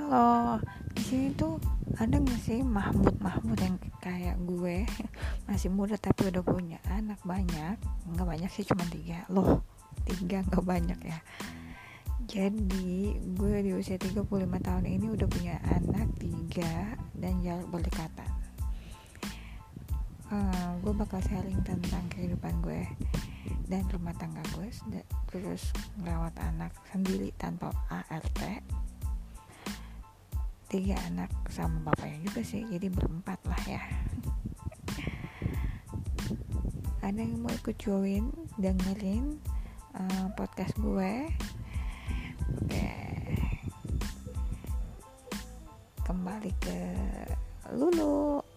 Halo, di sini tuh ada nggak sih Mahmud yang kayak gue masih muda tapi udah punya anak banyak? Nggak banyak sih, cuma 3 loh. 3 nggak banyak ya. Jadi gue di usia 35 tahun ini udah punya anak 3 dan jarak berdekatan. Gue bakal sharing tentang kehidupan gue dan rumah tangga gue, terus merawat anak sendiri tanpa ART. 3 anak sama bapaknya juga sih, jadi berempat lah ya. Ada yang mau ikut join dengerin podcast gue? Oke, kembali ke Lulu.